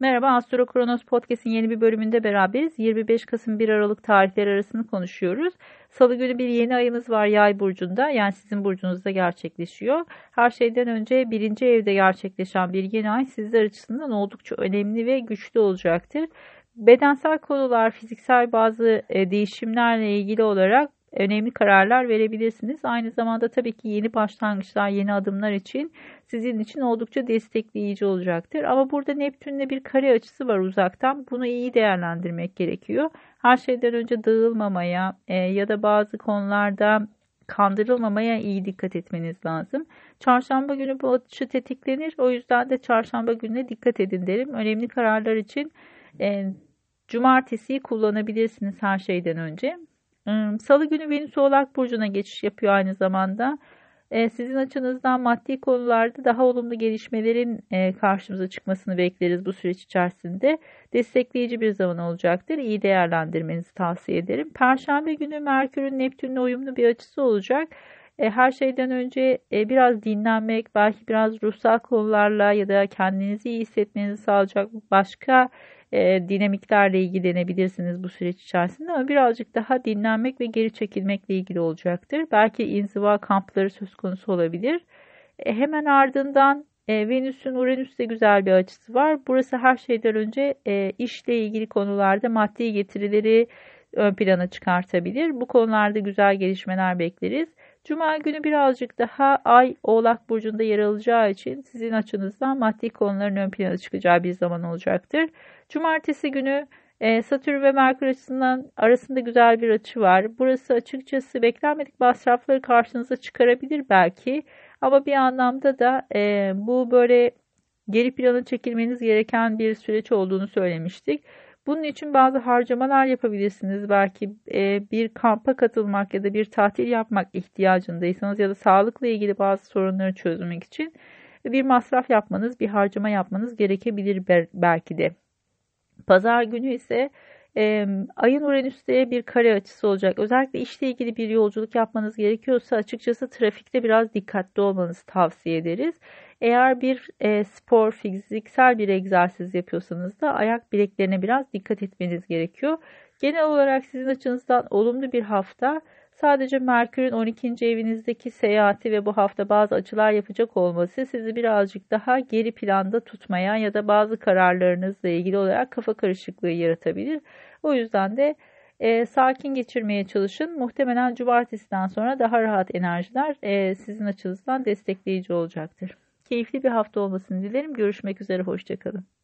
Merhaba, Astro Kronos Podcast'in yeni bir bölümünde beraberiz. 25 Kasım 1 Aralık tarihleri arasını konuşuyoruz. Salı günü bir yeni ayımız var Yay burcunda, yani sizin burcunuzda gerçekleşiyor. Her şeyden önce birinci evde gerçekleşen bir yeni ay sizler açısından oldukça önemli ve güçlü olacaktır. Bedensel konular, fiziksel bazı değişimlerle ilgili olarak önemli kararlar verebilirsiniz. Aynı zamanda tabii ki yeni başlangıçlar, yeni adımlar için sizin için oldukça destekleyici olacaktır. Ama burada Neptün'le bir kare açısı var uzaktan. Bunu iyi değerlendirmek gerekiyor. Her şeyden önce dağılmamaya ya da bazı konularda kandırılmamaya iyi dikkat etmeniz lazım. Çarşamba günü bu açı tetiklenir. O yüzden de çarşamba gününe dikkat edin derim. Önemli kararlar için e, cumartesiyi kullanabilirsiniz her şeyden önce. Salı günü Venüs Oğlak Burcu'na geçiş yapıyor aynı zamanda. Sizin açınızdan maddi konularda daha olumlu gelişmelerin karşımıza çıkmasını bekleriz bu süreç içerisinde. Destekleyici bir zaman olacaktır. İyi değerlendirmenizi tavsiye ederim. Perşembe günü Merkür'ün Neptün'le uyumlu bir açısı olacak. Her şeyden önce biraz dinlenmek, belki biraz ruhsal konularla ya da kendinizi iyi hissetmenizi sağlayacak başka dinamiklerle ilgilenebilirsiniz bu süreç içerisinde, ama birazcık daha dinlenmek ve geri çekilmekle ilgili olacaktır. Belki inziva kampları söz konusu olabilir. Hemen ardından Venüs'ün Uranüs'le güzel bir açısı var. Burası her şeyden önce işle ilgili konularda maddi getirileri ön plana çıkartabilir. Bu konularda güzel gelişmeler bekleriz. Cuma günü birazcık daha Ay Oğlak Burcu'nda yer alacağı için sizin açınızdan maddi konuların ön plana çıkacağı bir zaman olacaktır. Cumartesi günü Satürn ve Merkür açısından arasında güzel bir açı var. Burası açıkçası beklenmedik masrafları karşınıza çıkarabilir belki. Ama bir anlamda da bu böyle geri plana çekilmeniz gereken bir süreç olduğunu söylemiştik. Bunun için bazı harcamalar yapabilirsiniz. Belki bir kampa katılmak ya da bir tatil yapmak ihtiyacındaysanız ya da sağlıkla ilgili bazı sorunları çözmek için bir masraf yapmanız, bir harcama yapmanız gerekebilir belki de. Pazar günü ise Ayın Uranüs'te bir kare açısı olacak. Özellikle işle ilgili bir yolculuk yapmanız gerekiyorsa açıkçası trafikte biraz dikkatli olmanızı tavsiye ederiz. Eğer bir spor, fiziksel bir egzersiz yapıyorsanız da ayak bileklerine biraz dikkat etmeniz gerekiyor. Genel olarak sizin açınızdan olumlu bir hafta. Sadece Merkür'ün 12. evinizdeki seyahati ve bu hafta bazı açılar yapacak olması sizi birazcık daha geri planda tutmaya ya da bazı kararlarınızla ilgili olarak kafa karışıklığı yaratabilir. O yüzden de sakin geçirmeye çalışın. Muhtemelen cumartesiden sonra daha rahat enerjiler sizin açınızdan destekleyici olacaktır. Keyifli bir hafta olmasını dilerim. Görüşmek üzere, hoşça kalın.